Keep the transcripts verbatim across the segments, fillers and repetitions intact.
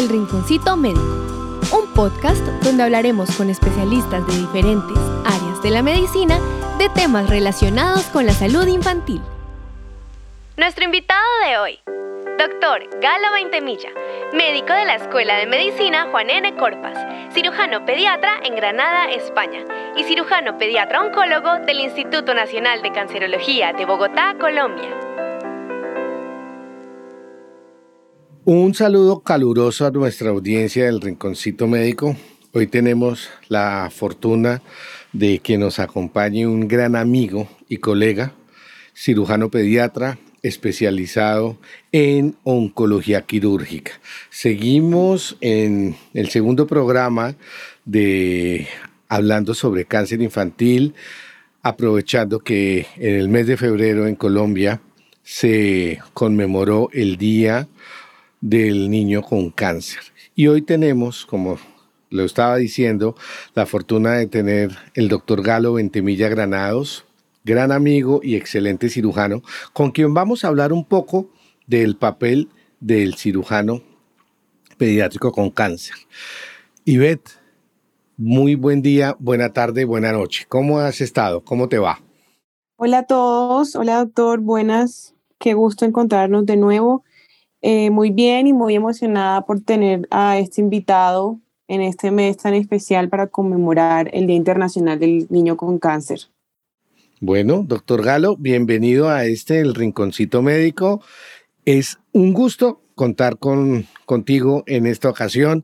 El Rinconcito Médico, un podcast donde hablaremos con especialistas de diferentes áreas de la medicina de temas relacionados con la salud infantil. Nuestro invitado de hoy, doctor Galo Veintemilla, médico de la Escuela de Medicina Juan N. Corpas, cirujano pediatra en Granada, España, y cirujano pediatra oncólogo del Instituto Nacional de Cancerología de Bogotá, Colombia. Un saludo caluroso a nuestra audiencia del Rinconcito Médico. Hoy tenemos la fortuna de que nos acompañe un gran amigo y colega, cirujano pediatra, especializado en oncología quirúrgica. Seguimos en el segundo programa de hablando sobre cáncer infantil, aprovechando que en el mes de febrero en Colombia se conmemoró el Día del Niño con Cáncer. Y hoy tenemos, como lo estaba diciendo, la fortuna de tener el doctor Galo Veintemilla Granados, gran amigo y excelente cirujano, con quien vamos a hablar un poco del papel del cirujano pediátrico con cáncer. Ivette, muy buen día, buena tarde, buena noche. ¿Cómo has estado? ¿Cómo te va? Hola a todos, hola doctor, buenas, qué gusto encontrarnos de nuevo. Eh, muy bien y muy emocionada por tener a este invitado en este mes tan especial para conmemorar el Día Internacional del Niño con Cáncer. Bueno, doctor Galo, bienvenido a este, el Rinconcito Médico. Es un gusto contar con, contigo en esta ocasión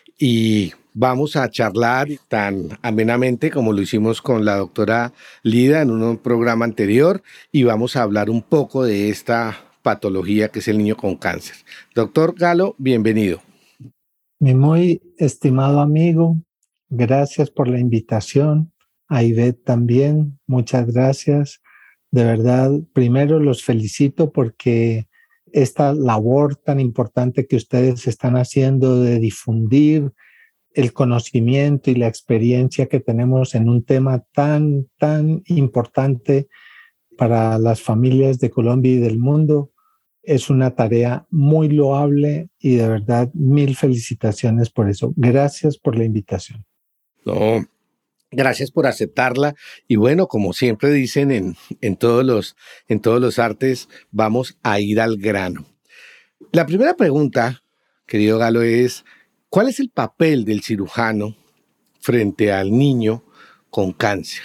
y vamos a charlar tan amenamente como lo hicimos con la doctora Lida en un programa anterior y vamos a hablar un poco de esta patología que es el niño con cáncer. Doctor Galo, bienvenido. Mi muy estimado amigo, gracias por la invitación. A Ivette también, muchas gracias. De verdad, primero los felicito porque esta labor tan importante que ustedes están haciendo de difundir el conocimiento y la experiencia que tenemos en un tema tan, tan importante para las familias de Colombia y del mundo, es una tarea muy loable y de verdad mil felicitaciones por eso. Gracias por la invitación. No, gracias por aceptarla. Y bueno, como siempre dicen en, en, todos los, en todos los artes, vamos a ir al grano. La primera pregunta, querido Galo, es ¿cuál es el papel del cirujano frente al niño con cáncer?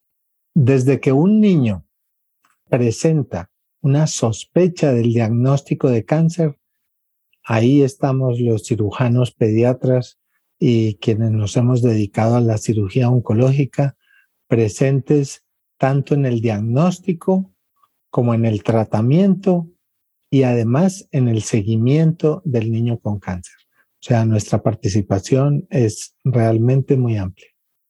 Desde que un niño presenta una sospecha del diagnóstico de cáncer, ahí estamos los cirujanos pediatras y quienes nos hemos dedicado a la cirugía oncológica, presentes tanto en el diagnóstico como en el tratamiento y además en el seguimiento del niño con cáncer. O sea, nuestra participación es realmente muy amplia.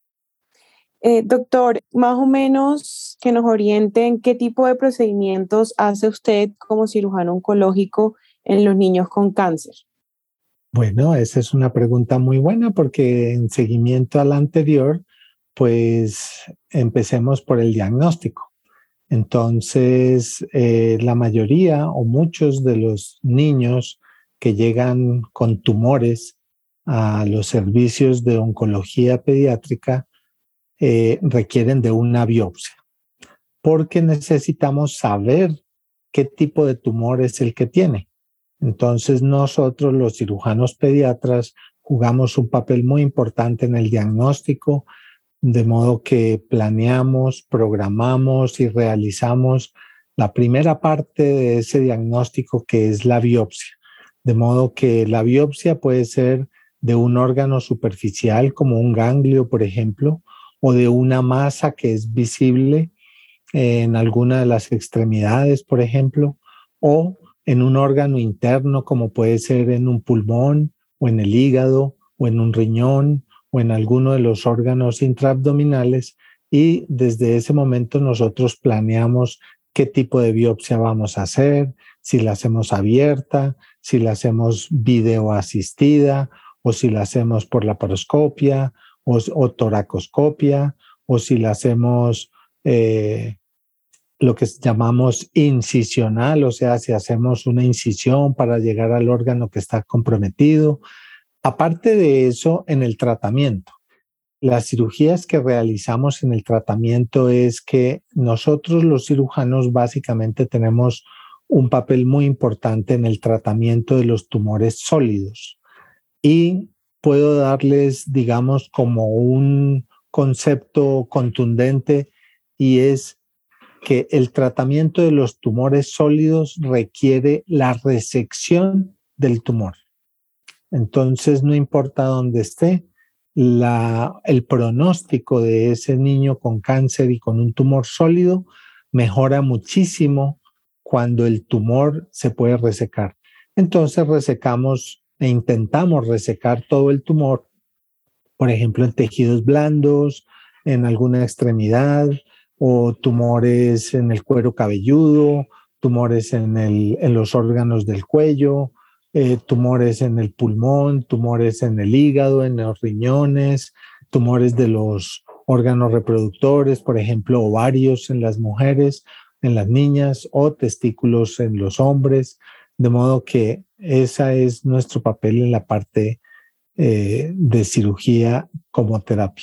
Eh, doctor, más o menos que nos oriente en qué tipo de procedimientos hace usted como cirujano oncológico en los niños con cáncer. Bueno, esa es una pregunta muy buena porque en seguimiento a la anterior, pues empecemos por el diagnóstico. Entonces, eh, la mayoría o muchos de los niños que llegan con tumores a los servicios de oncología pediátrica Eh, requieren de una biopsia, porque necesitamos saber qué tipo de tumor es el que tiene. Entonces nosotros los cirujanos pediatras jugamos un papel muy importante en el diagnóstico, de modo que planeamos, programamos y realizamos la primera parte de ese diagnóstico que es la biopsia. De modo que la biopsia puede ser de un órgano superficial como un ganglio, por ejemplo, o de una masa que es visible en alguna de las extremidades, por ejemplo, o en un órgano interno como puede ser en un pulmón o en el hígado o en un riñón o en alguno de los órganos intraabdominales, y desde ese momento nosotros planeamos qué tipo de biopsia vamos a hacer, si la hacemos abierta, si la hacemos videoasistida o si la hacemos por laparoscopia O, o toracoscopia, o si la hacemos eh, lo que llamamos incisional, o sea, si hacemos una incisión para llegar al órgano que está comprometido. Aparte de eso, en el tratamiento, las cirugías que realizamos en el tratamiento es que nosotros los cirujanos básicamente tenemos un papel muy importante en el tratamiento de los tumores sólidos. Y puedo darles, digamos, como un concepto contundente, y es que el tratamiento de los tumores sólidos requiere la resección del tumor. Entonces, no importa dónde esté, la, el pronóstico de ese niño con cáncer y con un tumor sólido mejora muchísimo cuando el tumor se puede resecar. Entonces, resecamos e intentamos resecar todo el tumor, por ejemplo, en tejidos blandos, en alguna extremidad, o tumores en el cuero cabelludo, tumores en, el, en los órganos del cuello, eh, tumores en el pulmón, tumores en el hígado, en los riñones, tumores de los órganos reproductores, por ejemplo, ovarios en las mujeres, en las niñas, o testículos en los hombres, de modo que ese es nuestro papel en la parte eh, de cirugía como terapia.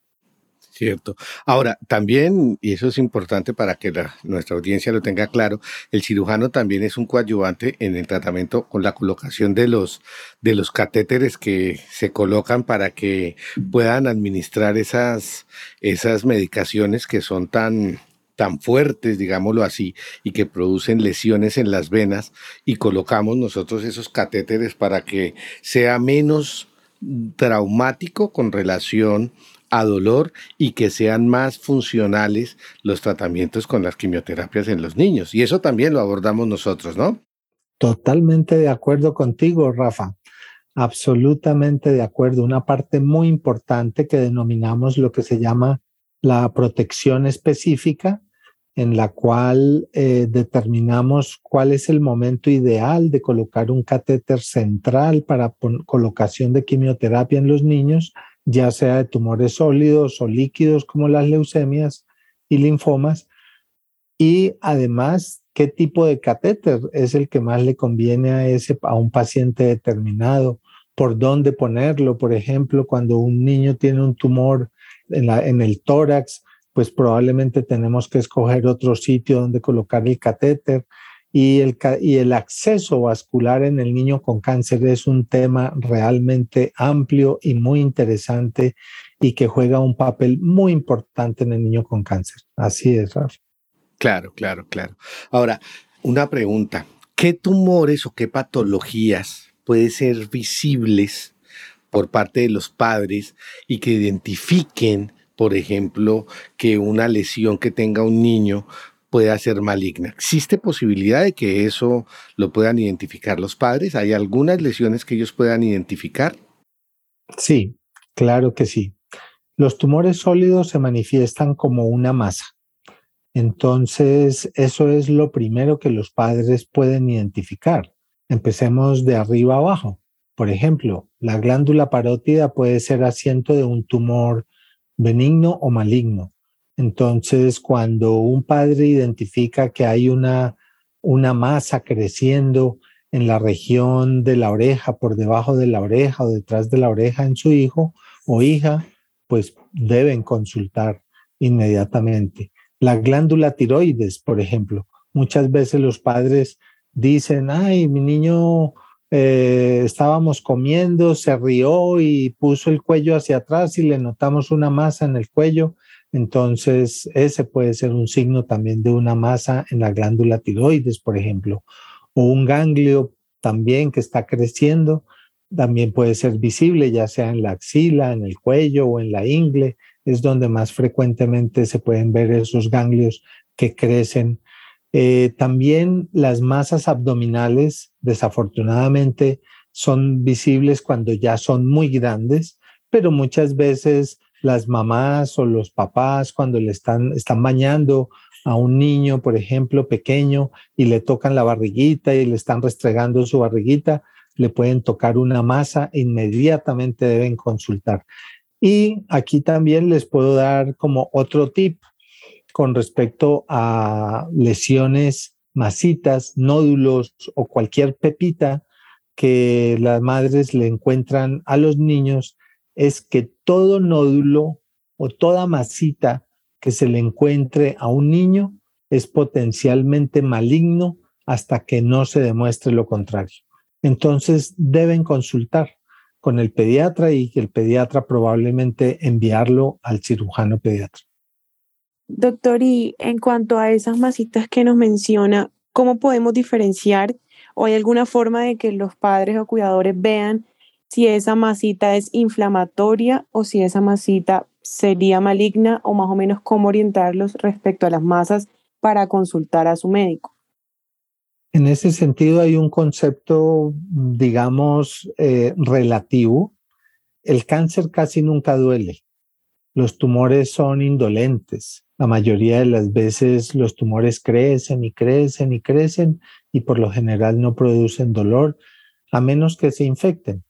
Cierto. Ahora, también, y eso es importante para que la, nuestra audiencia lo tenga claro, el cirujano también es un coadyuvante en el tratamiento con la colocación de los, de los catéteres que se colocan para que puedan administrar esas, esas medicaciones que son tan, tan fuertes, digámoslo así, y que producen lesiones en las venas, y colocamos nosotros esos catéteres para que sea menos traumático con relación a dolor y que sean más funcionales los tratamientos con las quimioterapias en los niños. Y eso también lo abordamos nosotros, ¿no? Totalmente de acuerdo contigo, Rafa. Absolutamente de acuerdo. Una parte muy importante que denominamos lo que se llama la protección específica, en la cual eh, determinamos cuál es el momento ideal de colocar un catéter central para colocación de quimioterapia en los niños, ya sea de tumores sólidos o líquidos como las leucemias y linfomas, y además qué tipo de catéter es el que más le conviene a, ese, a un paciente determinado, por dónde ponerlo. Por ejemplo, cuando un niño tiene un tumor en, la, en el tórax, pues probablemente tenemos que escoger otro sitio donde colocar el catéter. Y el, y el acceso vascular en el niño con cáncer es un tema realmente amplio y muy interesante, y que juega un papel muy importante en el niño con cáncer. Así es, Rafa. Claro, claro, claro. Ahora, una pregunta. ¿Qué tumores o qué patologías pueden ser visibles por parte de los padres y que identifiquen, por ejemplo, que una lesión que tenga un niño pueda ser maligna? ¿Existe posibilidad de que eso lo puedan identificar los padres? ¿Hay algunas lesiones que ellos puedan identificar? Sí, claro que sí. Los tumores sólidos se manifiestan como una masa. Entonces, eso es lo primero que los padres pueden identificar. Empecemos de arriba abajo. Por ejemplo, la glándula parótida puede ser asiento de un tumor benigno o maligno. Entonces, cuando un padre identifica que hay una, una masa creciendo en la región de la oreja, por debajo de la oreja o detrás de la oreja en su hijo o hija, pues deben consultar inmediatamente. La glándula tiroides, por ejemplo. Muchas veces los padres dicen, ay, mi niño eh, estábamos comiendo, se rió y puso el cuello hacia atrás y le notamos una masa en el cuello. Entonces, ese puede ser un signo también de una masa en la glándula tiroides, por ejemplo, o un ganglio también que está creciendo, también puede ser visible, ya sea en la axila, en el cuello o en la ingle, es donde más frecuentemente se pueden ver esos ganglios que crecen. Eh, también las masas abdominales, desafortunadamente, son visibles cuando ya son muy grandes, pero muchas veces las mamás o los papás, cuando le están, están bañando a un niño, por ejemplo, pequeño, y le tocan la barriguita y le están restregando su barriguita, le pueden tocar una masa, inmediatamente deben consultar. Y aquí también les puedo dar como otro tip con respecto a lesiones, masitas, nódulos o cualquier pepita que las madres le encuentran a los niños es que todo nódulo o toda masita que se le encuentre a un niño es potencialmente maligno hasta que no se demuestre lo contrario. Entonces deben consultar con el pediatra y el pediatra probablemente enviarlo al cirujano pediatra. Doctor, y en cuanto a esas masitas que nos menciona, ¿cómo podemos diferenciar o hay alguna forma de que los padres o cuidadores vean si esa masita es inflamatoria o si esa masita sería maligna o más o menos cómo orientarlos respecto a las masas para consultar a su médico? En ese sentido hay un concepto, digamos, eh, relativo. El cáncer casi nunca duele. Los tumores son indolentes. La mayoría de las veces los tumores crecen y crecen y crecen y por lo general no producen dolor, a menos que se infecten.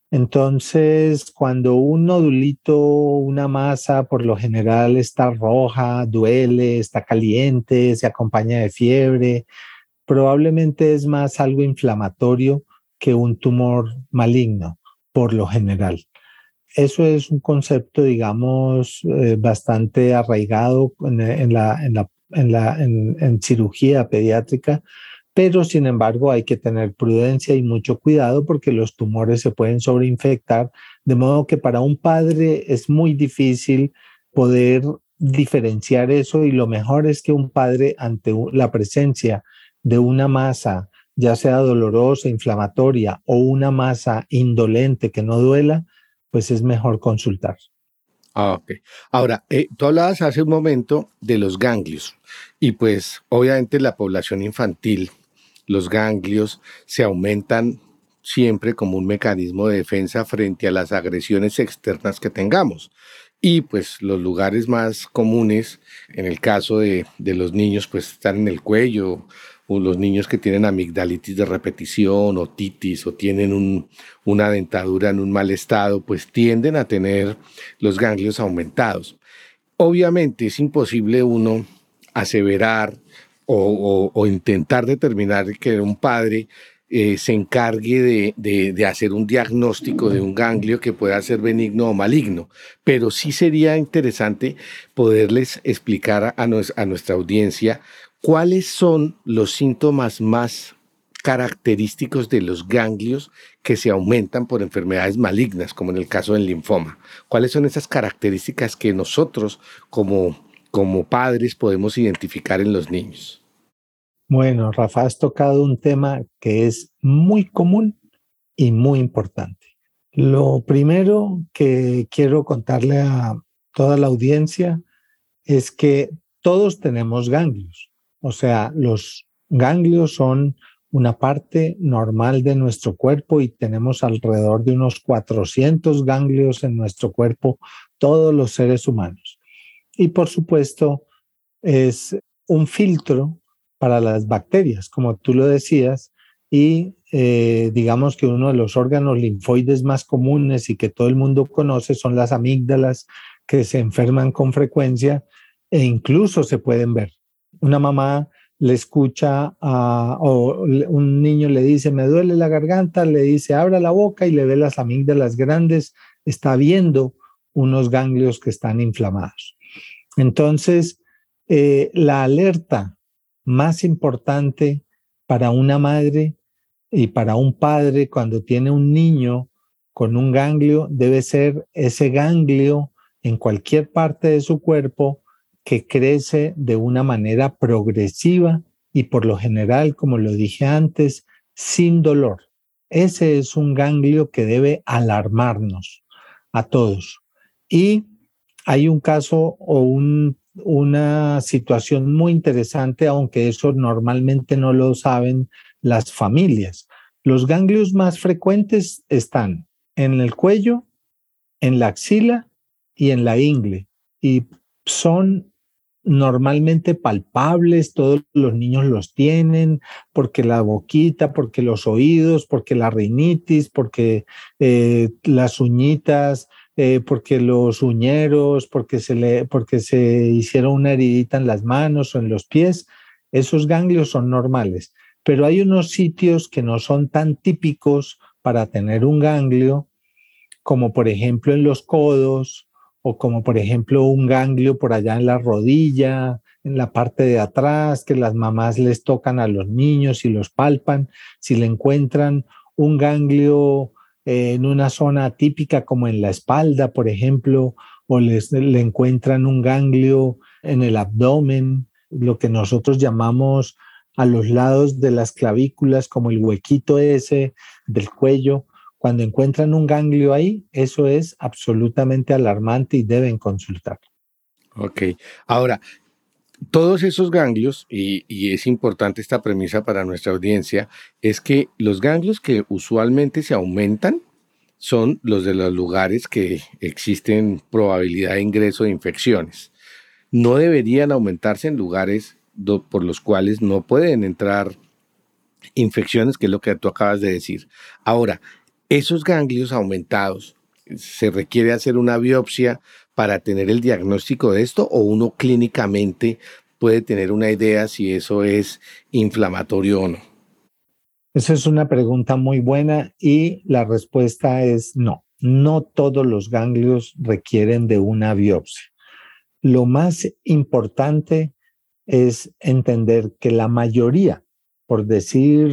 Entonces, cuando un nodulito, una masa, por lo general está roja, duele, está caliente, se acompaña de fiebre, probablemente es más algo inflamatorio que un tumor maligno, por lo general. Eso es un concepto, digamos, eh, bastante arraigado en, en, la, en, la, en, la, en, en cirugía pediátrica, pero sin embargo hay que tener prudencia y mucho cuidado porque los tumores se pueden sobreinfectar, de modo que para un padre es muy difícil poder diferenciar eso y lo mejor es que un padre ante la presencia de una masa, ya sea dolorosa, inflamatoria o una masa indolente que no duela, pues es mejor consultar. Ah, ok. Ahora, eh, tú hablabas hace un momento de los ganglios y pues obviamente en la población infantil los ganglios se aumentan siempre como un mecanismo de defensa frente a las agresiones externas que tengamos. Y pues los lugares más comunes, en el caso de, de los niños, pues están en el cuello, o los niños que tienen amigdalitis de repetición, o otitis, o tienen un, una dentadura en un mal estado, pues tienden a tener los ganglios aumentados. Obviamente es imposible uno aseverar o, o, o intentar determinar que un padre Eh, se encargue de, de, de hacer un diagnóstico de un ganglio que pueda ser benigno o maligno, pero sí sería interesante poderles explicar a, a, nos, a nuestra audiencia cuáles son los síntomas más característicos de los ganglios que se aumentan por enfermedades malignas, como en el caso del linfoma. ¿Cuáles son esas características que nosotros como, como padres podemos identificar en los niños? Bueno, Rafa, has tocado un tema que es muy común y muy importante. Lo primero que quiero contarle a toda la audiencia es que todos tenemos ganglios. O sea, los ganglios son una parte normal de nuestro cuerpo y tenemos alrededor de unos cuatrocientos ganglios en nuestro cuerpo, todos los seres humanos. Y por supuesto, es un filtro para las bacterias, como tú lo decías, y eh, digamos que uno de los órganos linfoides más comunes y que todo el mundo conoce son las amígdalas que se enferman con frecuencia e incluso se pueden ver. Una mamá le escucha a, o un niño le dice, me duele la garganta, le dice, abra la boca y le ve las amígdalas grandes, está viendo unos ganglios que están inflamados. Entonces, eh, la alerta más importante para una madre y para un padre cuando tiene un niño con un ganglio debe ser ese ganglio en cualquier parte de su cuerpo que crece de una manera progresiva y por lo general, como lo dije antes, sin dolor. Ese es un ganglio que debe alarmarnos a todos. Y hay un caso o un una situación muy interesante, aunque eso normalmente no lo saben las familias. Los ganglios más frecuentes están en el cuello, en la axila y en la ingle. Y son normalmente palpables, todos los niños los tienen, porque la boquita, porque los oídos, porque la rinitis, porque eh, las uñitas, Eh, porque los uñeros, porque se, le, porque se hicieron una heridita en las manos o en los pies, esos ganglios son normales. Pero hay unos sitios que no son tan típicos para tener un ganglio, como por ejemplo en los codos, o como por ejemplo un ganglio por allá en la rodilla, en la parte de atrás, que las mamás les tocan a los niños y los palpan. Si le encuentran un ganglio eh, en una zona típica como en la espalda, por ejemplo, o les, le encuentran un ganglio en el abdomen, lo que nosotros llamamos a los lados de las clavículas, como el huequito ese del cuello. Cuando encuentran un ganglio ahí, eso es absolutamente alarmante y deben consultar. Ok. Ahora, todos esos ganglios, y, y es importante esta premisa para nuestra audiencia, es que los ganglios que usualmente se aumentan son los de los lugares que existen probabilidad de ingreso de infecciones. No deberían aumentarse en lugares do, por los cuales no pueden entrar infecciones, que es lo que tú acabas de decir. Ahora, esos ganglios aumentados, ¿se requiere hacer una biopsia para tener el diagnóstico de esto, o uno clínicamente puede tener una idea si eso es inflamatorio o no? Esa es una pregunta muy buena y la respuesta es no. No todos los ganglios requieren de una biopsia. Lo más importante es entender que la mayoría, por decir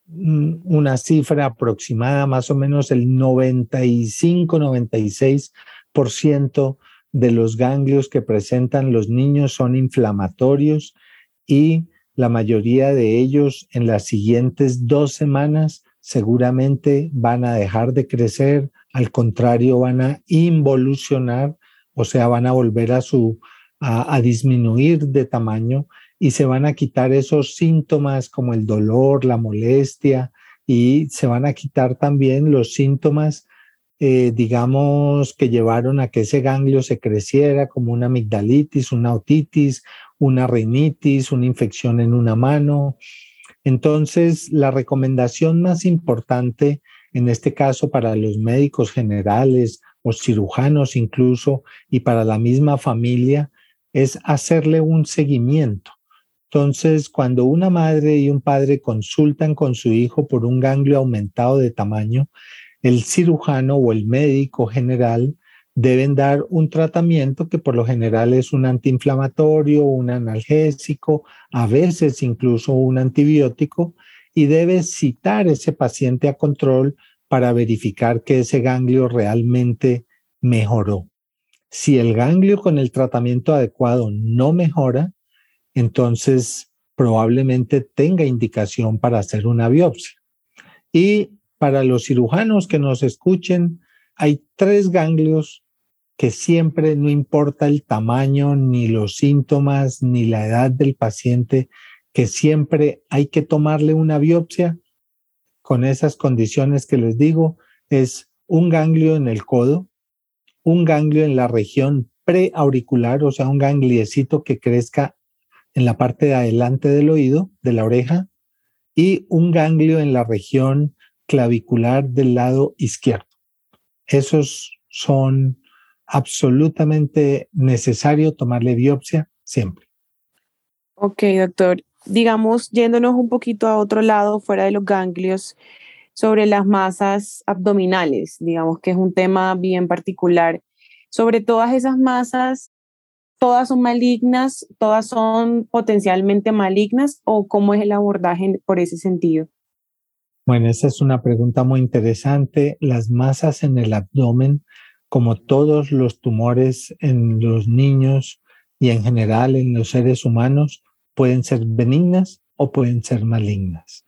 una cifra aproximada, más o menos el noventa y cinco, noventa y seis por ciento de los ganglios que presentan los niños son inflamatorios, y la mayoría de ellos en las siguientes dos semanas seguramente van a dejar de crecer, al contrario van a involucionar, o sea, van a volver a, su, a, a disminuir de tamaño, y se van a quitar esos síntomas como el dolor, la molestia, y se van a quitar también los síntomas, eh, digamos, que llevaron a que ese ganglio se creciera, como una amigdalitis, una otitis, una rinitis, una infección en una mano. Entonces, la recomendación más importante en este caso para los médicos generales o cirujanos incluso, y para la misma familia, es hacerle un seguimiento. Entonces, cuando una madre y un padre consultan con su hijo por un ganglio aumentado de tamaño, el cirujano o el médico general deben dar un tratamiento que por lo general es un antiinflamatorio, un analgésico, a veces incluso un antibiótico, y debe citar ese paciente a control para verificar que ese ganglio realmente mejoró. Si el ganglio con el tratamiento adecuado no mejora, entonces probablemente tenga indicación para hacer una biopsia. Y para los cirujanos que nos escuchen, hay tres ganglios que siempre, no importa el tamaño, ni los síntomas, ni la edad del paciente, que siempre hay que tomarle una biopsia con esas condiciones que les digo. Es un ganglio en el codo, un ganglio en la región preauricular, o sea, un gangliecito que crezca en la parte de adelante del oído, de la oreja, y un ganglio en la región clavicular del lado izquierdo. Esos son absolutamente necesarios tomarle biopsia siempre. Ok, doctor. Digamos, yéndonos un poquito a otro lado, fuera de los ganglios, sobre las masas abdominales, digamos que es un tema bien particular. Sobre todas esas masas, ¿todas son malignas? ¿Todas son potencialmente malignas? ¿O cómo es el abordaje por ese sentido? Bueno, esa es una pregunta muy interesante. Las masas en el abdomen, como todos los tumores en los niños y en general en los seres humanos, pueden ser benignas o pueden ser malignas.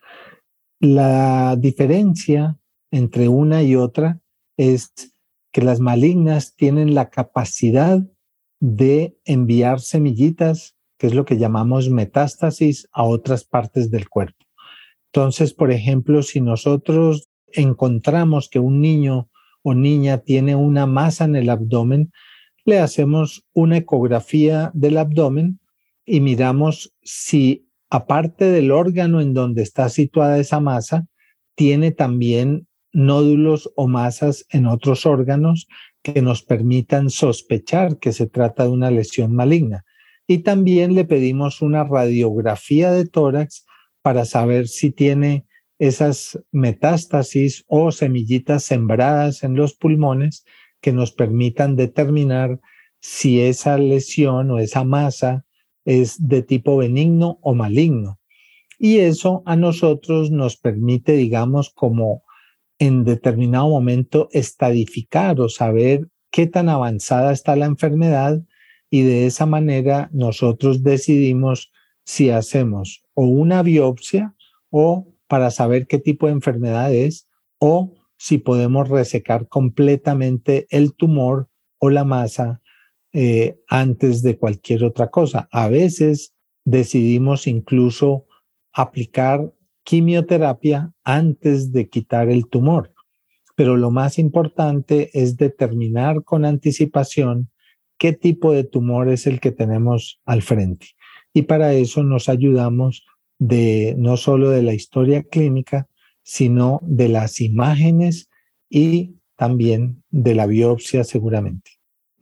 La diferencia entre una y otra es que las malignas tienen la capacidad de enviar semillitas, que es lo que llamamos metástasis, a otras partes del cuerpo. Entonces, por ejemplo, si nosotros encontramos que un niño o niña tiene una masa en el abdomen, le hacemos una ecografía del abdomen y miramos si, aparte del órgano en donde está situada esa masa, tiene también nódulos o masas en otros órganos que nos permitan sospechar que se trata de una lesión maligna. Y también le pedimos una radiografía de tórax para saber si tiene esas metástasis o semillitas sembradas en los pulmones que nos permitan determinar si esa lesión o esa masa es de tipo benigno o maligno. Y eso a nosotros nos permite, digamos, como en determinado momento estadificar o saber qué tan avanzada está la enfermedad, y de esa manera nosotros decidimos si hacemos o una biopsia o para saber qué tipo de enfermedad es, o si podemos resecar completamente el tumor o la masa eh, antes de cualquier otra cosa. A veces decidimos incluso aplicar quimioterapia antes de quitar el tumor. Pero lo más importante es determinar con anticipación qué tipo de tumor es el que tenemos al frente. Y para eso nos ayudamos de no solo de la historia clínica, sino de las imágenes y también de la biopsia seguramente.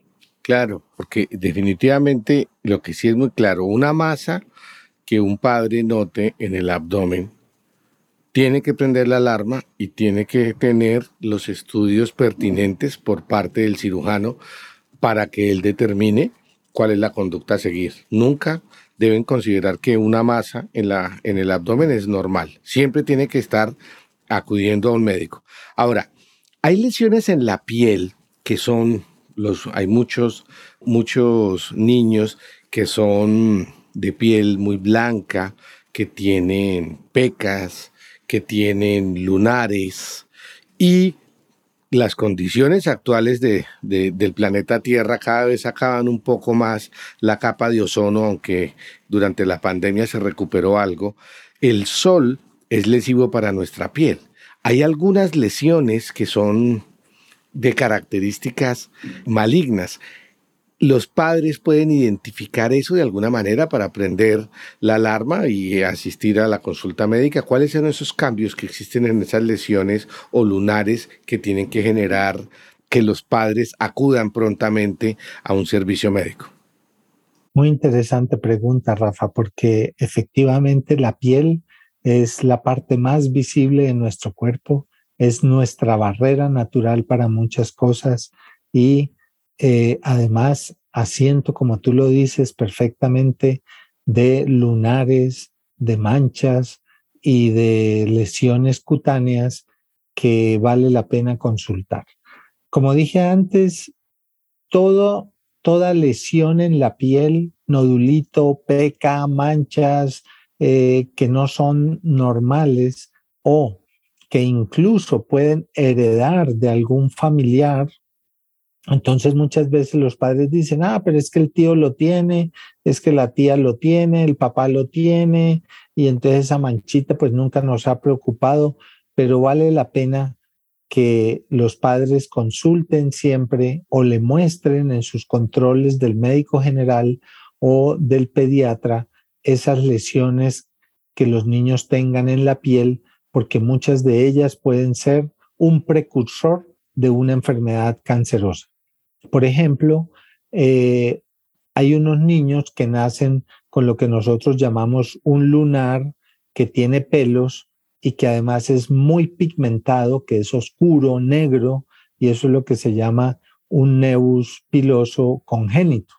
Claro, porque definitivamente lo que sí es muy claro, una masa que un padre note en el abdomen tiene que prender la alarma y tiene que tener los estudios pertinentes por parte del cirujano para que él determine cuál es la conducta a seguir. Nunca deben considerar que una masa en, la, en el abdomen es normal. Siempre tiene que estar acudiendo a un médico. Ahora, hay lesiones en la piel que son, los, hay muchos, muchos niños que son de piel muy blanca, que tienen pecas, que tienen lunares, y las condiciones actuales de, de, del planeta Tierra cada vez acaban un poco más la capa de ozono, aunque durante la pandemia se recuperó algo. El sol es lesivo para nuestra piel. Hay algunas lesiones que son de características malignas. ¿Los padres pueden identificar eso de alguna manera para prender la alarma y asistir a la consulta médica? ¿Cuáles son esos cambios que existen en esas lesiones o lunares que tienen que generar que los padres acudan prontamente a un servicio médico? Muy interesante pregunta, Rafa, porque efectivamente la piel es la parte más visible de nuestro cuerpo, es nuestra barrera natural para muchas cosas y Eh, además, asiento, como tú lo dices perfectamente, de lunares, de manchas y de lesiones cutáneas que vale la pena consultar. Como dije antes, todo, toda lesión en la piel, nodulito, peca, manchas eh, que no son normales o que incluso pueden heredar de algún familiar. Entonces muchas veces los padres dicen, ah, pero es que el tío lo tiene, es que la tía lo tiene, el papá lo tiene, y entonces esa manchita pues nunca nos ha preocupado, pero vale la pena que los padres consulten siempre o le muestren en sus controles del médico general o del pediatra esas lesiones que los niños tengan en la piel, porque muchas de ellas pueden ser un precursor de una enfermedad cancerosa. Por ejemplo, eh, hay unos niños que nacen con lo que nosotros llamamos un lunar que tiene pelos y que además es muy pigmentado, que es oscuro, negro, y eso es lo que se llama un nevus piloso congénito.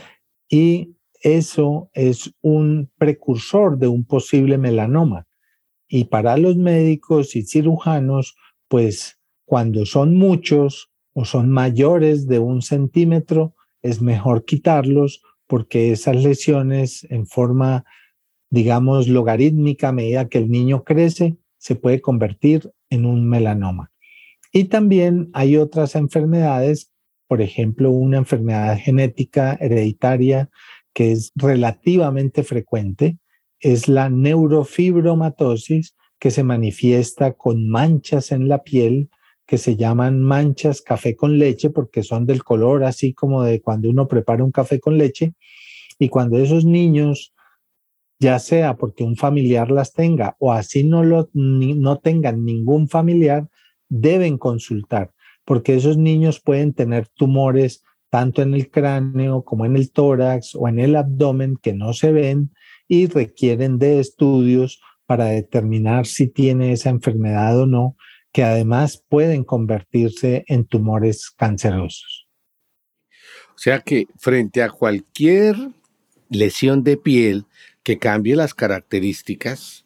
Y eso es un precursor de un posible melanoma. Y para los médicos y cirujanos, pues cuando son muchos o son mayores de un centímetro, es mejor quitarlos porque esas lesiones en forma, digamos, logarítmica a medida que el niño crece, se puede convertir en un melanoma. Y también hay otras enfermedades, por ejemplo, una enfermedad genética hereditaria que es relativamente frecuente, es la neurofibromatosis, que se manifiesta con manchas en la piel, que se llaman manchas café con leche, porque son del color así como de cuando uno prepara un café con leche, y cuando esos niños, ya sea porque un familiar las tenga o así no, lo, ni, no tengan ningún familiar, deben consultar, porque esos niños pueden tener tumores tanto en el cráneo como en el tórax o en el abdomen que no se ven y requieren de estudios para determinar si tiene esa enfermedad o no, que además pueden convertirse en tumores cancerosos. O sea que frente a cualquier lesión de piel que cambie las características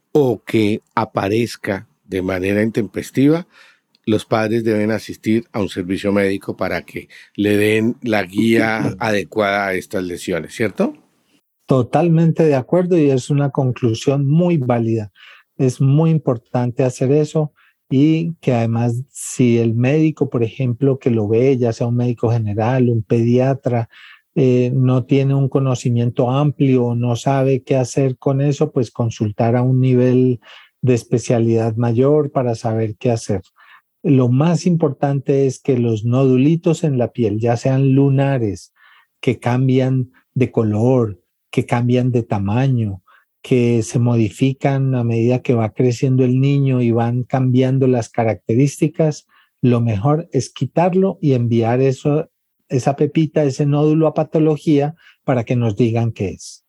o que aparezca de manera intempestiva, los padres deben asistir a un servicio médico para que le den la guía adecuada a estas lesiones, ¿cierto? Totalmente de acuerdo, y es una conclusión muy válida. Es muy importante hacer eso, y que además si el médico, por ejemplo, que lo ve, ya sea un médico general, un pediatra, eh, no tiene un conocimiento amplio o no sabe qué hacer con eso, pues consultar a un nivel de especialidad mayor para saber qué hacer. Lo más importante es que los nodulitos en la piel, ya sean lunares, que cambian de color, que cambian de tamaño, que se modifican a medida que va creciendo el niño y van cambiando las características, lo mejor es quitarlo y enviar eso, esa pepita, ese nódulo a patología para que nos digan qué es.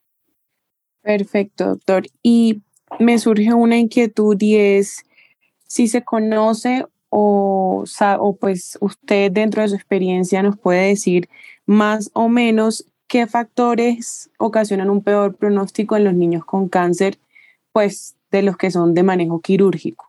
Perfecto, doctor. Y me surge una inquietud, y es si se conoce o, o pues usted dentro de su experiencia nos puede decir más o menos qué factores ocasionan un peor pronóstico en los niños con cáncer, pues de los que son de manejo quirúrgico.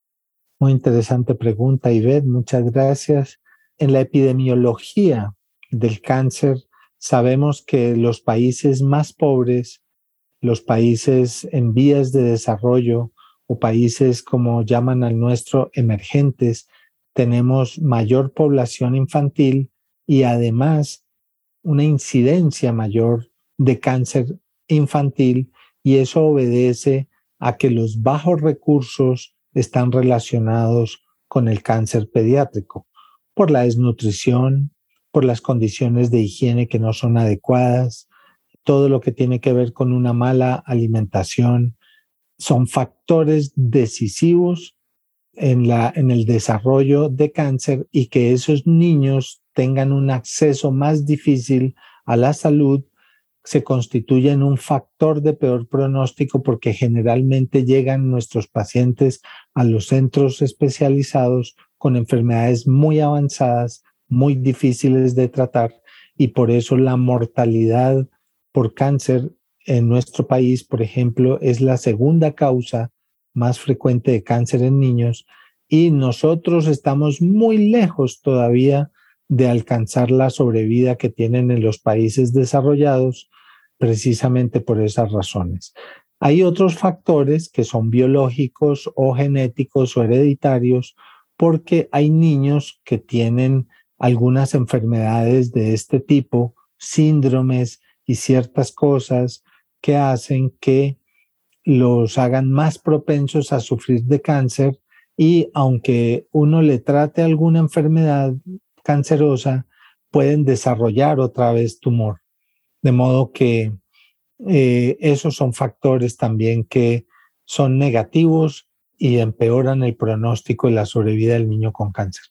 Muy interesante pregunta, Ivette, muchas gracias. En la epidemiología del cáncer sabemos que los países más pobres, los países en vías de desarrollo o países como llaman al nuestro emergentes, tenemos mayor población infantil y además una incidencia mayor de cáncer infantil, y eso obedece a que los bajos recursos están relacionados con el cáncer pediátrico, por la desnutrición, por las condiciones de higiene que no son adecuadas, todo lo que tiene que ver con una mala alimentación, son factores decisivos en, la, en el desarrollo de cáncer, y que esos niños tengan un acceso más difícil a la salud se constituye en un factor de peor pronóstico, porque generalmente llegan nuestros pacientes a los centros especializados con enfermedades muy avanzadas, muy difíciles de tratar, y por eso la mortalidad por cáncer en nuestro país, por ejemplo, es la segunda causa más frecuente de cáncer en niños, y nosotros estamos muy lejos todavía de alcanzar la sobrevida que tienen en los países desarrollados, precisamente por esas razones. Hay otros factores que son biológicos o genéticos o hereditarios, porque hay niños que tienen algunas enfermedades de este tipo, síndromes y ciertas cosas que hacen que los hagan más propensos a sufrir de cáncer, y aunque uno le trate alguna enfermedad cancerosa, pueden desarrollar otra vez tumor. De modo que eh, esos son factores también que son negativos y empeoran el pronóstico y la sobrevida del niño con cáncer.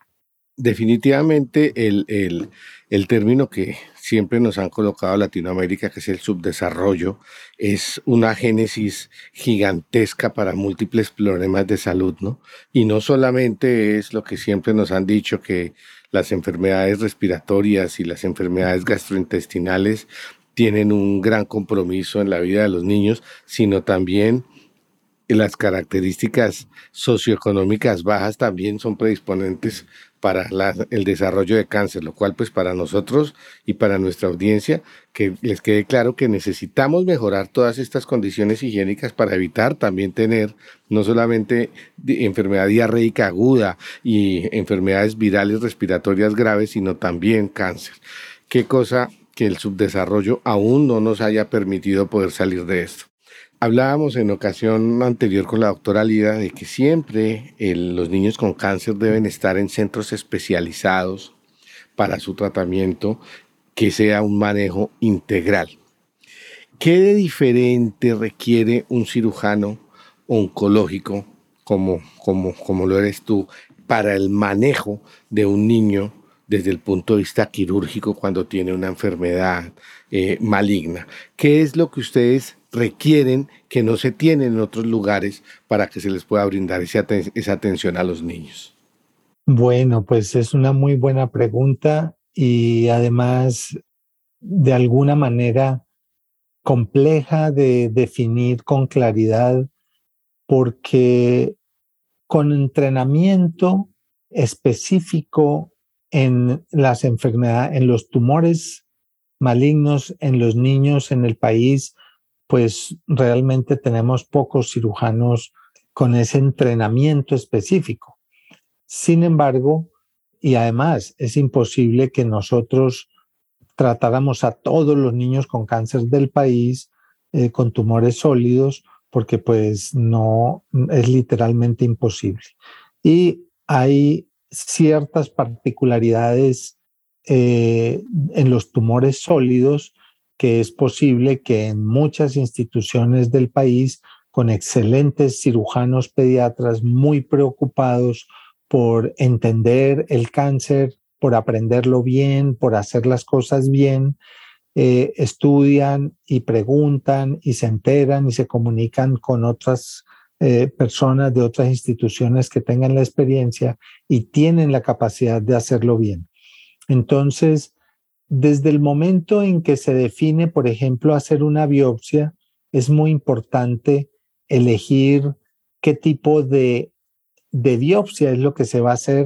Definitivamente el, el, el término que siempre nos han colocado a Latinoamérica, que es el subdesarrollo, es una génesis gigantesca para múltiples problemas de salud, ¿no? Y no solamente es lo que siempre nos han dicho, que las enfermedades respiratorias y las enfermedades gastrointestinales tienen un gran compromiso en la vida de los niños, sino también las características socioeconómicas bajas también son predisponentes para la, el desarrollo de cáncer, lo cual pues para nosotros y para nuestra audiencia, que les quede claro que necesitamos mejorar todas estas condiciones higiénicas para evitar también tener no solamente enfermedad diarreica aguda y enfermedades virales respiratorias graves, sino también cáncer. Qué cosa que el subdesarrollo aún no nos haya permitido poder salir de esto. Hablábamos en ocasión anterior con la doctora Lida de que siempre el, los niños con cáncer deben estar en centros especializados para su tratamiento, que sea un manejo integral. ¿Qué de diferente requiere un cirujano oncológico, como, como, como lo eres tú, para el manejo de un niño desde el punto de vista quirúrgico cuando tiene una enfermedad eh, maligna? ¿Qué es lo que ustedes requieren que no se tienen en otros lugares para que se les pueda brindar esa, esa atención a los niños? Bueno, pues es una muy buena pregunta y además de alguna manera compleja de definir con claridad, porque con entrenamiento específico en las enfermedades, en los tumores malignos en los niños en el país, pues realmente tenemos pocos cirujanos con ese entrenamiento específico. Sin embargo, y además es imposible que nosotros tratáramos a todos los niños con cáncer del país eh, con tumores sólidos, porque pues no, es literalmente imposible. Y hay ciertas particularidades eh, en los tumores sólidos que es posible que en muchas instituciones del país, con excelentes cirujanos pediatras muy preocupados por entender el cáncer, por aprenderlo bien, por hacer las cosas bien, eh, estudian y preguntan y se enteran y se comunican con otras eh, personas de otras instituciones que tengan la experiencia y tienen la capacidad de hacerlo bien. Entonces, desde el momento en que se define, por ejemplo, hacer una biopsia, es muy importante elegir qué tipo de, de biopsia es lo que se va a hacer.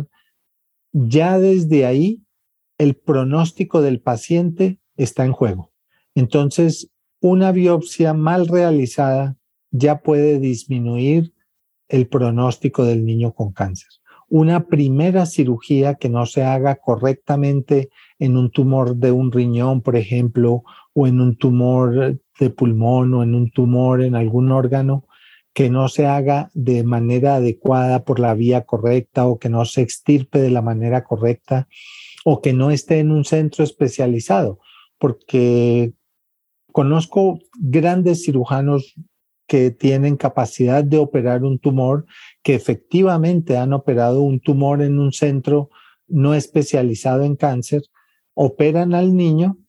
Ya desde ahí, el pronóstico del paciente está en juego. Entonces, una biopsia mal realizada ya puede disminuir el pronóstico del niño con cáncer. Una primera cirugía que no se haga correctamente en un tumor de un riñón, por ejemplo, o en un tumor de pulmón o en un tumor en algún órgano, que no se haga de manera adecuada por la vía correcta o que no se extirpe de la manera correcta o que no esté en un centro especializado, porque conozco grandes cirujanos que tienen capacidad de operar un tumor, que efectivamente han operado un tumor en un centro no especializado en cáncer, operan al niño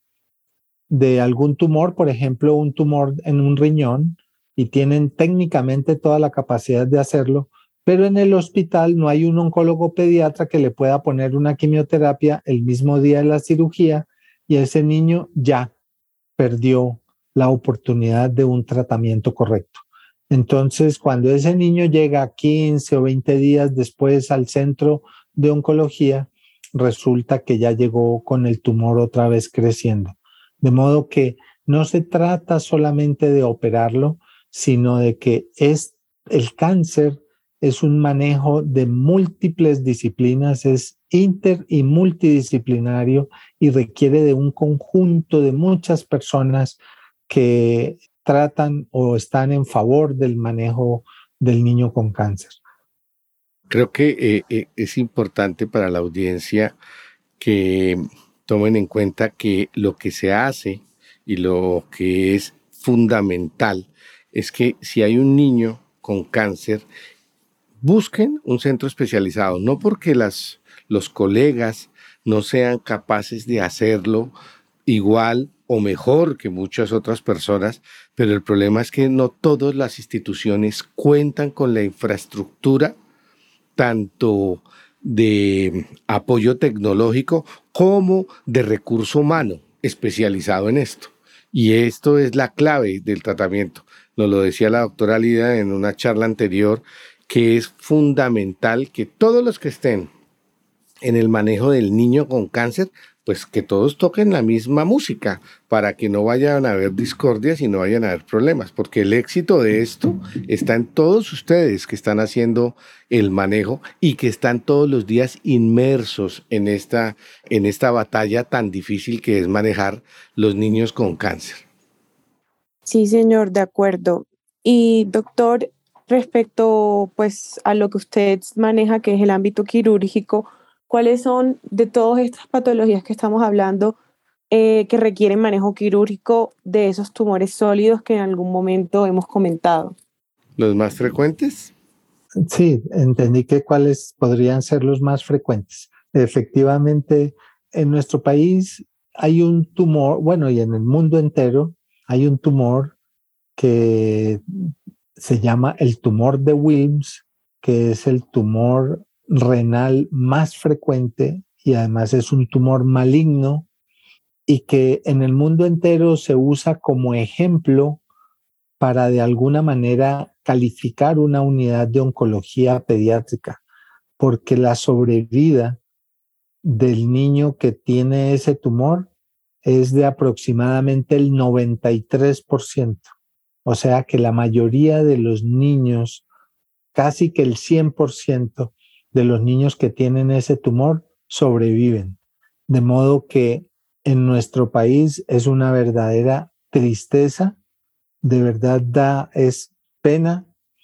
de algún tumor, por ejemplo, un tumor en un riñón, y tienen técnicamente toda la capacidad de hacerlo, pero en el hospital no hay un oncólogo pediatra que le pueda poner una quimioterapia el mismo día de la cirugía y ese niño ya perdió la oportunidad de un tratamiento correcto. Entonces, cuando ese niño llega quince o veinte días después al centro de oncología, resulta que ya llegó con el tumor otra vez creciendo. De modo que no se trata solamente de operarlo, sino de que es, el cáncer es un manejo de múltiples disciplinas, es inter y multidisciplinario y requiere de un conjunto de muchas personas que tratan o están en favor del manejo del niño con cáncer. Creo que eh, eh, es importante para la audiencia que tomen en cuenta que lo que se hace y lo que es fundamental es que si hay un niño con cáncer, busquen un centro especializado, no porque las, los colegas no sean capaces de hacerlo igual o mejor que muchas otras personas, pero el problema es que no todas las instituciones cuentan con la infraestructura, tanto de apoyo tecnológico como de recurso humano especializado en esto. Y esto es la clave del tratamiento. Nos lo decía la doctora Lida en una charla anterior, que es fundamental que todos los que estén en el manejo del niño con cáncer, pues que todos toquen la misma música para que no vayan a haber discordias y no vayan a haber problemas, porque el éxito de esto está en todos ustedes que están haciendo el manejo y que están todos los días inmersos en esta, en esta batalla tan difícil que es manejar los niños con cáncer. Sí, señor, de acuerdo. Y doctor, respecto pues a lo que usted maneja, que es el ámbito quirúrgico, ¿cuáles son de todas estas patologías que estamos hablando eh, que requieren manejo quirúrgico de esos tumores sólidos que en algún momento hemos comentado? ¿Los más frecuentes? Sí, entendí que cuáles podrían ser los más frecuentes. Efectivamente, en nuestro país hay un tumor, bueno, y en el mundo entero hay un tumor que se llama el tumor de Wilms, que es el tumor renal más frecuente y además es un tumor maligno y que en el mundo entero se usa como ejemplo para de alguna manera calificar una unidad de oncología pediátrica, porque la sobrevida del niño que tiene ese tumor es de aproximadamente el noventa y tres por ciento. O sea que la mayoría de los niños, casi que el cien por ciento de los niños que tienen ese tumor sobreviven. De modo que en nuestro país es una verdadera tristeza, de verdad da, es pena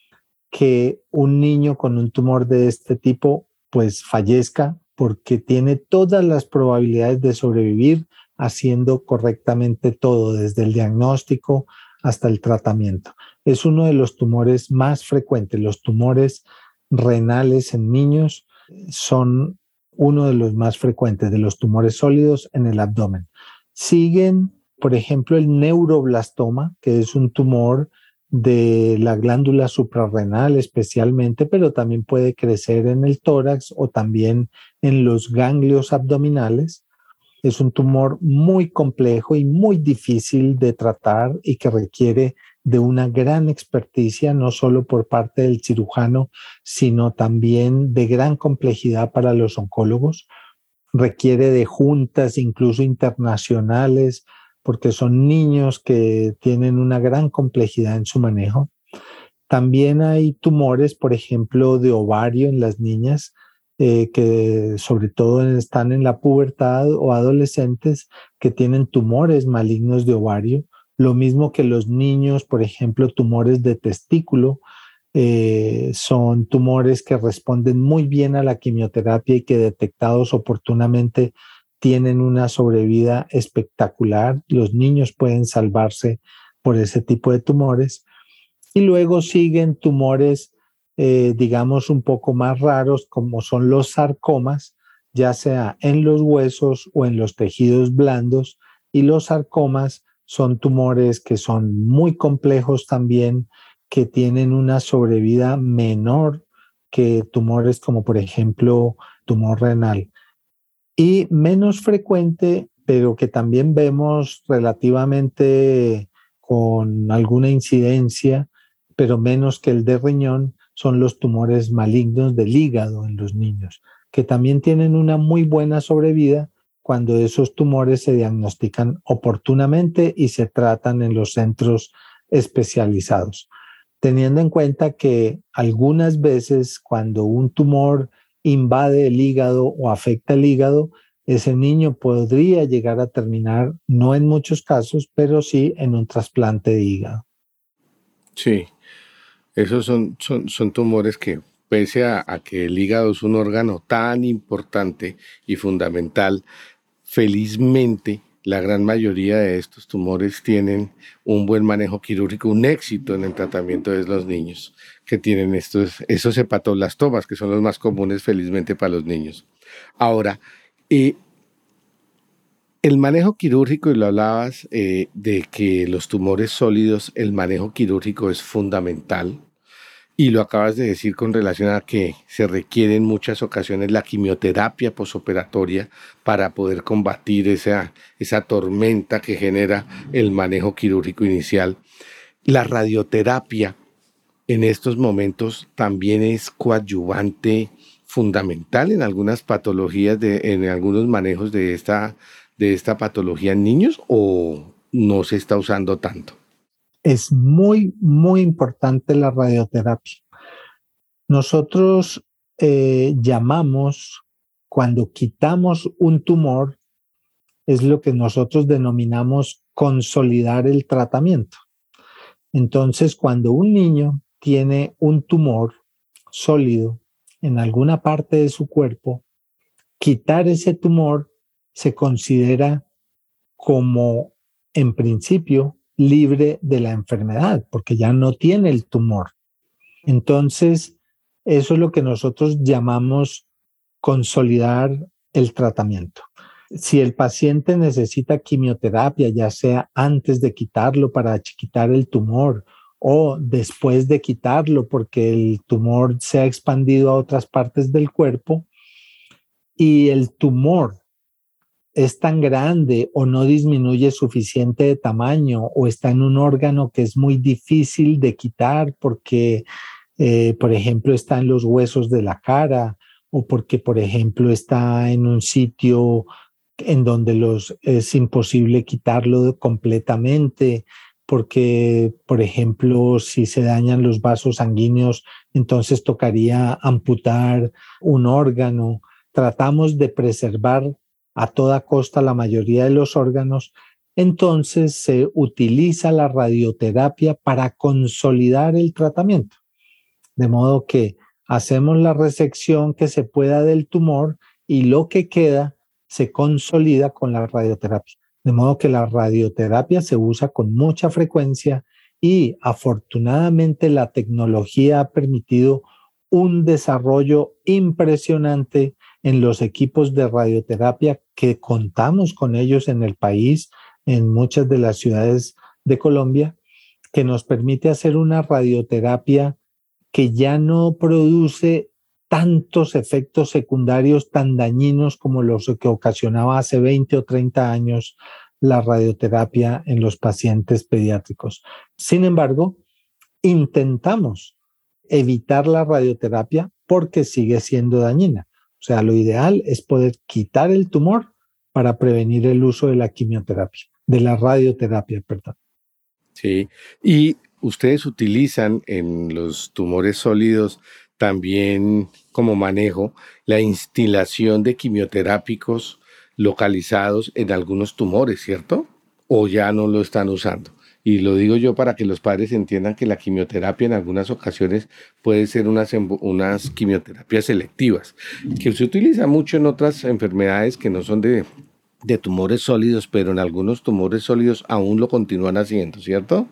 que un niño con un tumor de este tipo pues fallezca porque tiene todas las probabilidades de sobrevivir haciendo correctamente todo, desde el diagnóstico hasta el tratamiento. Es uno de los tumores más frecuentes. Los tumores renales en niños son uno de los más frecuentes, de los tumores sólidos en el abdomen. Siguen, por ejemplo, el neuroblastoma, que es un tumor de la glándula suprarrenal especialmente, pero también puede crecer en el tórax o también en los ganglios abdominales. Es un tumor muy complejo y muy difícil de tratar y que requiere de una gran experticia, no solo por parte del cirujano, sino también de gran complejidad para los oncólogos. Requiere de juntas incluso internacionales, porque son niños que tienen una gran complejidad en su manejo. También hay tumores, por ejemplo, de ovario en las niñas, eh, que sobre todo están en la pubertad o adolescentes que tienen tumores malignos de ovario. Lo mismo que los niños, por ejemplo, tumores de testículo, eh, son tumores que responden muy bien a la quimioterapia y que detectados oportunamente tienen una sobrevida espectacular. Los niños pueden salvarse por ese tipo de tumores. Y luego siguen tumores, eh, digamos, un poco más raros, como son los sarcomas, ya sea en los huesos o en los tejidos blandos. Y los sarcomas son tumores que son muy complejos también, que tienen una sobrevida menor que tumores como, por ejemplo, tumor renal. Y menos frecuente, pero que también vemos relativamente con alguna incidencia, pero menos que el de riñón, son los tumores malignos del hígado en los niños, que también tienen una muy buena sobrevida cuando esos tumores se diagnostican oportunamente y se tratan en los centros especializados. Teniendo en cuenta que algunas veces cuando un tumor invade el hígado o afecta el hígado, ese niño podría llegar a terminar, no en muchos casos, pero sí en un trasplante de hígado. Sí, esos son, son, son tumores que, pese a, a que el hígado es un órgano tan importante y fundamental, felizmente la gran mayoría de estos tumores tienen un buen manejo quirúrgico, un éxito en el tratamiento de los niños que tienen estos, esos hepatoblastomas, que son los más comunes felizmente para los niños. Ahora, eh, el manejo quirúrgico, y lo hablabas, eh, de que los tumores sólidos, el manejo quirúrgico es fundamental, y lo acabas de decir con relación a que se requiere en muchas ocasiones la quimioterapia posoperatoria para poder combatir esa, esa tormenta que genera el manejo quirúrgico inicial. La radioterapia en estos momentos también es coadyuvante fundamental en algunas patologías, de, en algunos manejos de esta, de esta patología en niños, ¿o no se está usando tanto? Es muy, muy importante la radioterapia. Nosotros eh, llamamos, cuando quitamos un tumor, es lo que nosotros denominamos consolidar el tratamiento. Entonces, cuando un niño tiene un tumor sólido en alguna parte de su cuerpo, quitar ese tumor se considera como, en principio, libre de la enfermedad, porque ya no tiene el tumor. Entonces, eso es lo que nosotros llamamos consolidar el tratamiento. Si el paciente necesita quimioterapia, ya sea antes de quitarlo para quitar el tumor o después de quitarlo porque el tumor se ha expandido a otras partes del cuerpo y el tumor es tan grande o no disminuye suficiente de tamaño o está en un órgano que es muy difícil de quitar porque, eh, por ejemplo, está en los huesos de la cara o porque, por ejemplo, está en un sitio en donde los, es imposible quitarlo completamente, porque, por ejemplo, si se dañan los vasos sanguíneos, entonces tocaría amputar un órgano. Tratamos de preservar a toda costa la mayoría de los órganos, entonces se utiliza la radioterapia para consolidar el tratamiento. De modo que hacemos la resección que se pueda del tumor y lo que queda se consolida con la radioterapia. De modo que la radioterapia se usa con mucha frecuencia y afortunadamente la tecnología ha permitido un desarrollo impresionante en los equipos de radioterapia que contamos con ellos en el país, en muchas de las ciudades de Colombia, que nos permite hacer una radioterapia que ya no produce tantos efectos secundarios tan dañinos como los que ocasionaba hace veinte o treinta años la radioterapia en los pacientes pediátricos. Sin embargo, intentamos evitar la radioterapia porque sigue siendo dañina. O sea, lo ideal es poder quitar el tumor para prevenir el uso de la quimioterapia, de la radioterapia, perdón. Sí, y ustedes utilizan en los tumores sólidos también como manejo la instilación de quimioterápicos localizados en algunos tumores, ¿cierto? ¿O ya no lo están usando? Y lo digo yo para que los padres entiendan que la quimioterapia en algunas ocasiones puede ser unas, unas quimioterapias selectivas, que se utiliza mucho en otras enfermedades que no son de, de tumores sólidos, pero en algunos tumores sólidos aún lo continúan haciendo, ¿cierto?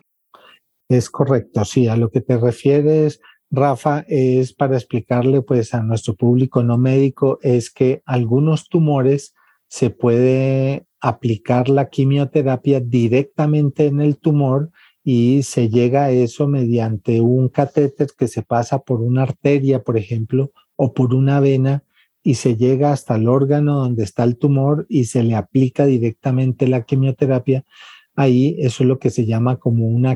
Es correcto, sí. A lo que te refieres, Rafa, es para explicarle pues a nuestro público no médico, es que algunos tumores se puede aplicar la quimioterapia directamente en el tumor y se llega a eso mediante un catéter que se pasa por una arteria, por ejemplo, o por una vena y se llega hasta el órgano donde está el tumor y se le aplica directamente la quimioterapia. Ahí eso es lo que se llama como una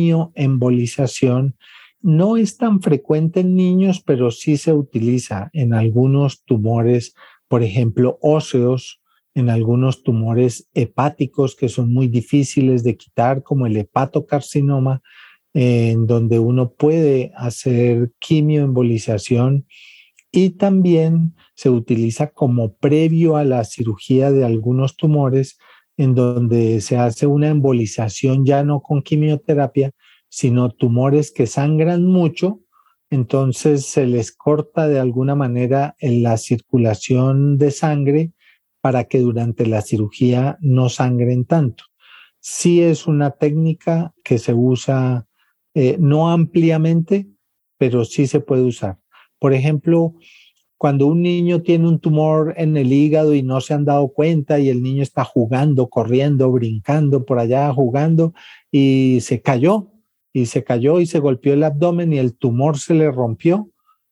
quimioembolización. No es tan frecuente en niños, pero sí se utiliza en algunos tumores, por ejemplo, óseos, en algunos tumores hepáticos que son muy difíciles de quitar, como el hepatocarcinoma, eh, en donde uno puede hacer quimioembolización y también se utiliza como previo a la cirugía de algunos tumores, en donde se hace una embolización ya no con quimioterapia, sino tumores que sangran mucho, entonces se les corta de alguna manera en la circulación de sangre para que durante la cirugía no sangren tanto. Sí es una técnica que se usa eh, no ampliamente, pero sí se puede usar. Por ejemplo, cuando un niño tiene un tumor en el hígado y no se han dado cuenta y el niño está jugando, corriendo, brincando por allá, jugando y se cayó, y se cayó y se golpeó el abdomen y el tumor se le rompió,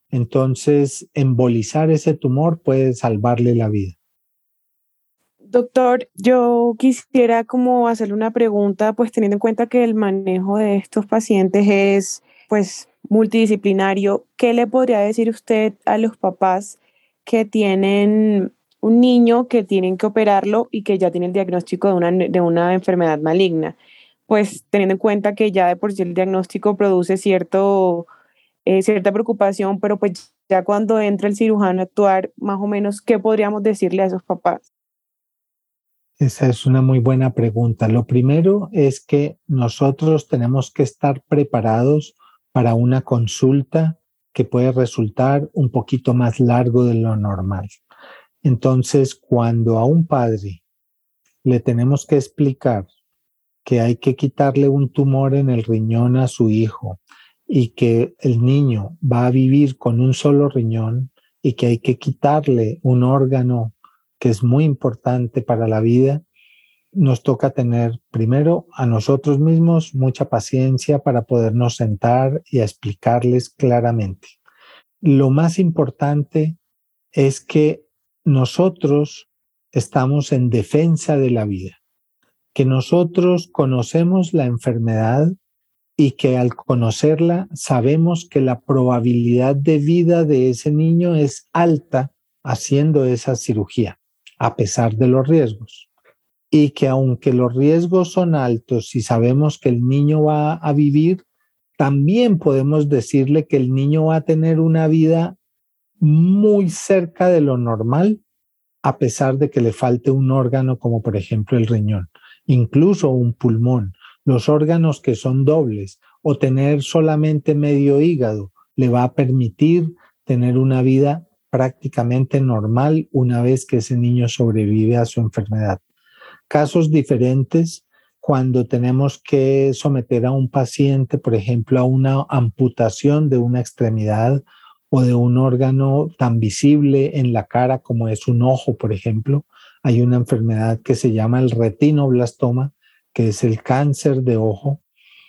entonces embolizar ese tumor puede salvarle la vida. Doctor, yo quisiera como hacerle una pregunta, pues teniendo en cuenta que el manejo de estos pacientes es pues multidisciplinario. ¿Qué le podría decir usted a los papás que tienen un niño que tienen que operarlo y que ya tiene el diagnóstico de una, de una enfermedad maligna? Pues teniendo en cuenta que ya de por sí el diagnóstico produce cierto, eh, cierta preocupación, pero pues ya cuando entra el cirujano a actuar, más o menos, ¿qué podríamos decirle a esos papás? Esa es una muy buena pregunta. Lo primero es que nosotros tenemos que estar preparados para una consulta que puede resultar un poquito más largo de lo normal. Entonces, cuando a un padre le tenemos que explicar que hay que quitarle un tumor en el riñón a su hijo y que el niño va a vivir con un solo riñón y que hay que quitarle un órgano que es muy importante para la vida, nos toca tener primero a nosotros mismos mucha paciencia para podernos sentar y explicarles claramente. Lo más importante es que nosotros estamos en defensa de la vida, que nosotros conocemos la enfermedad y que al conocerla sabemos que la probabilidad de vida de ese niño es alta haciendo esa cirugía, a pesar de los riesgos. Y que aunque los riesgos son altos y sabemos que el niño va a vivir, también podemos decirle que el niño va a tener una vida muy cerca de lo normal, a pesar de que le falte un órgano como por ejemplo el riñón, incluso un pulmón. Los órganos que son dobles o tener solamente medio hígado le va a permitir tener una vida prácticamente normal una vez que ese niño sobrevive a su enfermedad. Casos diferentes cuando tenemos que someter a un paciente, por ejemplo, a una amputación de una extremidad o de un órgano tan visible en la cara como es un ojo, por ejemplo. Hay una enfermedad que se llama el retinoblastoma, que es el cáncer de ojo,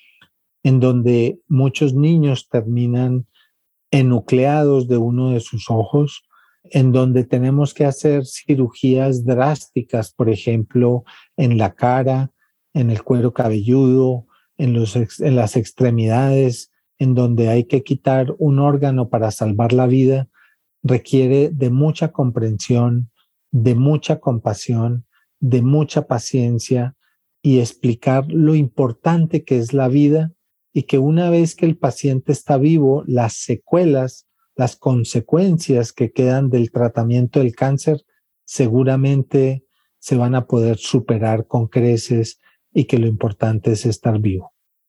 en donde muchos niños terminan enucleados de uno de sus ojos, en donde tenemos que hacer cirugías drásticas, por ejemplo, en la cara, en el cuero cabelludo, en, los, en las extremidades, en donde hay que quitar un órgano para salvar la vida, requiere de mucha comprensión, de mucha compasión, de mucha paciencia y explicar lo importante que es la vida y que una vez que el paciente está vivo, las secuelas, las consecuencias que quedan del tratamiento del cáncer seguramente se van a poder superar con creces y que lo importante es estar vivo.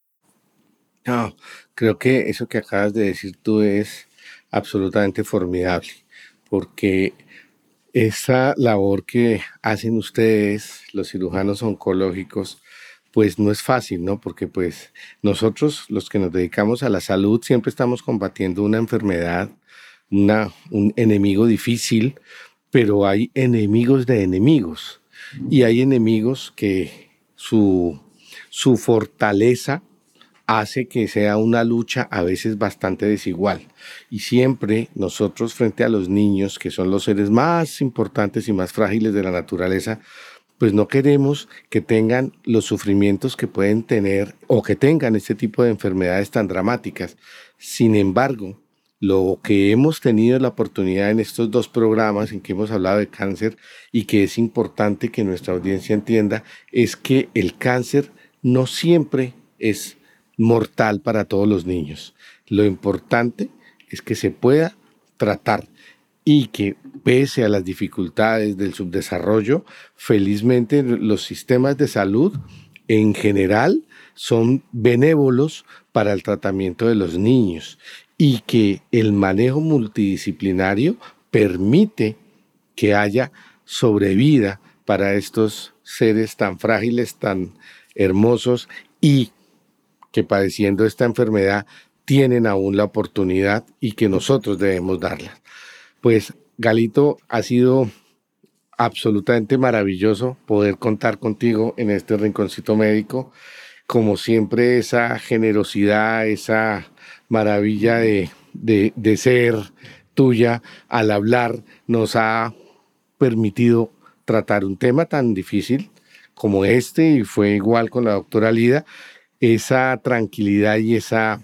No, creo que eso que acabas de decir tú es absolutamente formidable, porque esa labor que hacen ustedes, los cirujanos oncológicos, pues no es fácil, ¿no? Porque pues nosotros, los que nos dedicamos a la salud, siempre estamos combatiendo una enfermedad, una, un enemigo difícil, pero hay enemigos de enemigos. Y hay enemigos que su, su fortaleza hace que sea una lucha a veces bastante desigual. Y siempre nosotros frente a los niños, que son los seres más importantes y más frágiles de la naturaleza, pues no queremos que tengan los sufrimientos que pueden tener o que tengan este tipo de enfermedades tan dramáticas. Sin embargo, lo que hemos tenido la oportunidad en estos dos programas en que hemos hablado de cáncer y que es importante que nuestra audiencia entienda, es que el cáncer no siempre es mortal para todos los niños. Lo importante es que se pueda tratar y que pese a las dificultades del subdesarrollo, felizmente los sistemas de salud en general son benévolos para el tratamiento de los niños y que el manejo multidisciplinario permite que haya sobrevida para estos seres tan frágiles, tan hermosos y que padeciendo esta enfermedad tienen aún la oportunidad y que nosotros debemos darla. Pues Galito, ha sido absolutamente maravilloso poder contar contigo en este rinconcito médico. Como siempre, esa generosidad, esa maravilla de, de, de ser tuya al hablar nos ha permitido tratar un tema tan difícil como este, y fue igual con la doctora Lida, esa tranquilidad y esa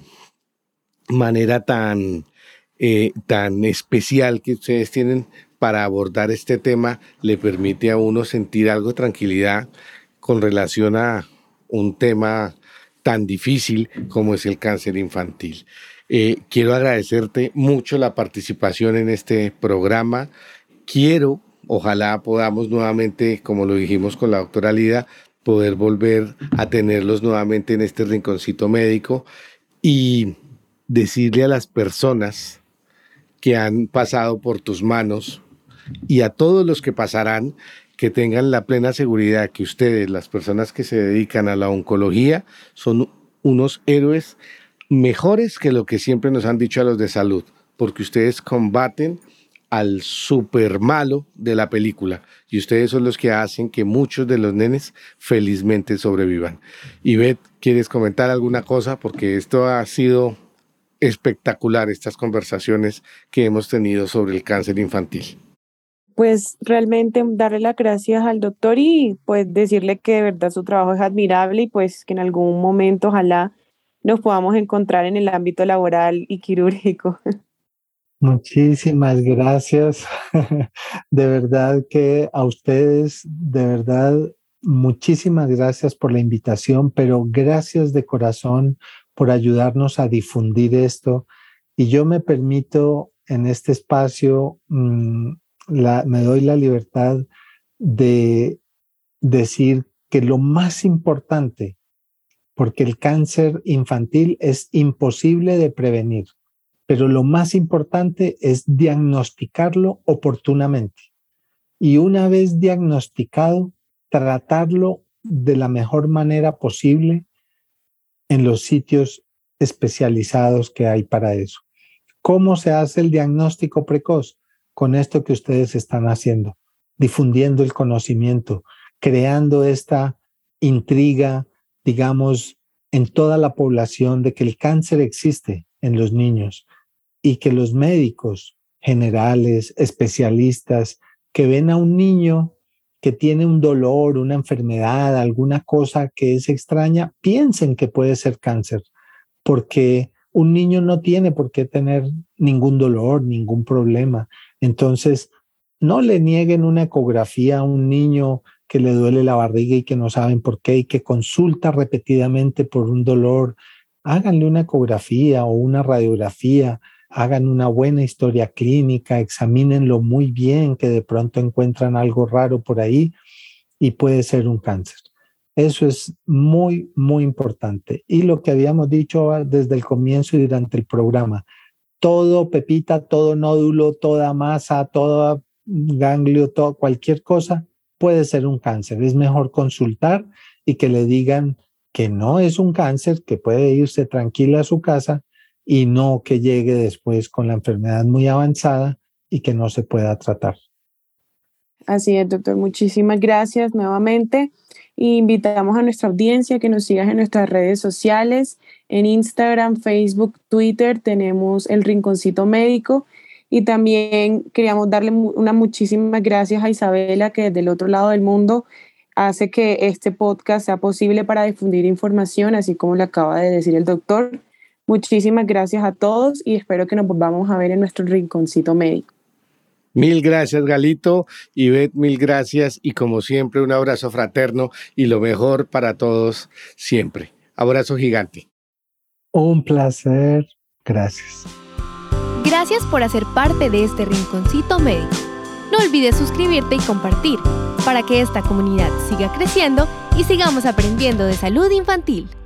manera tan... Eh, tan especial que ustedes tienen para abordar este tema le permite a uno sentir algo de tranquilidad con relación a un tema tan difícil como es el cáncer infantil. Eh, quiero agradecerte mucho la participación en este programa. Quiero, ojalá podamos nuevamente, como lo dijimos con la doctora Lida, poder volver a tenerlos nuevamente en este rinconcito médico y decirle a las personas que han pasado por tus manos y a todos los que pasarán, que tengan la plena seguridad que ustedes, las personas que se dedican a la oncología, son unos héroes mejores que lo que siempre nos han dicho a los de salud, porque ustedes combaten al super malo de la película. Y ustedes son los que hacen que muchos de los nenes felizmente sobrevivan. Ivette, ¿quieres comentar alguna cosa? Porque esto ha sido espectacular, estas conversaciones que hemos tenido sobre el cáncer infantil. Pues realmente darle las gracias al doctor y pues decirle que de verdad su trabajo es admirable y pues que en algún momento ojalá nos podamos encontrar en el ámbito laboral y quirúrgico. Muchísimas gracias. De verdad que a ustedes, de verdad, muchísimas gracias por la invitación, pero gracias de corazón por ayudarnos a difundir esto. Y yo me permito en este espacio, mmm, la, me doy la libertad de decir que lo más importante, porque el cáncer infantil es imposible de prevenir, pero lo más importante es diagnosticarlo oportunamente. Y una vez diagnosticado, tratarlo de la mejor manera posible en los sitios especializados que hay para eso. ¿Cómo se hace el diagnóstico precoz? Con esto que ustedes están haciendo, difundiendo el conocimiento, creando esta intriga, digamos, en toda la población de que el cáncer existe en los niños y que los médicos generales, especialistas, que ven a un niño que tiene un dolor, una enfermedad, alguna cosa que es extraña, piensen que puede ser cáncer, porque un niño no tiene por qué tener ningún dolor, ningún problema. Entonces, no le nieguen una ecografía a un niño que le duele la barriga y que no saben por qué y que consulta repetidamente por un dolor. Háganle una ecografía o una radiografía, hagan una buena historia clínica, examínenlo muy bien, que de pronto encuentran algo raro por ahí y puede ser un cáncer. Eso es muy, muy importante. Y lo que habíamos dicho desde el comienzo y durante el programa, todo pepita, todo nódulo, toda masa, todo ganglio, todo, cualquier cosa puede ser un cáncer. Es mejor consultar y que le digan que no es un cáncer, que puede irse tranquila a su casa y no que llegue después con la enfermedad muy avanzada y que no se pueda tratar. Así es, doctor. Muchísimas gracias nuevamente. Y invitamos a nuestra audiencia que nos siga en nuestras redes sociales. En Instagram, Facebook, Twitter tenemos El Rinconcito Médico. Y también queríamos darle unas muchísimas gracias a Isabela, que desde el otro lado del mundo hace que este podcast sea posible para difundir información, así como le acaba de decir el doctor. Muchísimas gracias a todos y espero que nos volvamos a ver en nuestro Rinconcito Médico. Mil gracias, Galito. Ivette, mil gracias. Y como siempre, un abrazo fraterno y lo mejor para todos siempre. Abrazo gigante. Un placer. Gracias. Gracias por hacer parte de este Rinconcito Médico. No olvides suscribirte y compartir para que esta comunidad siga creciendo y sigamos aprendiendo de salud infantil.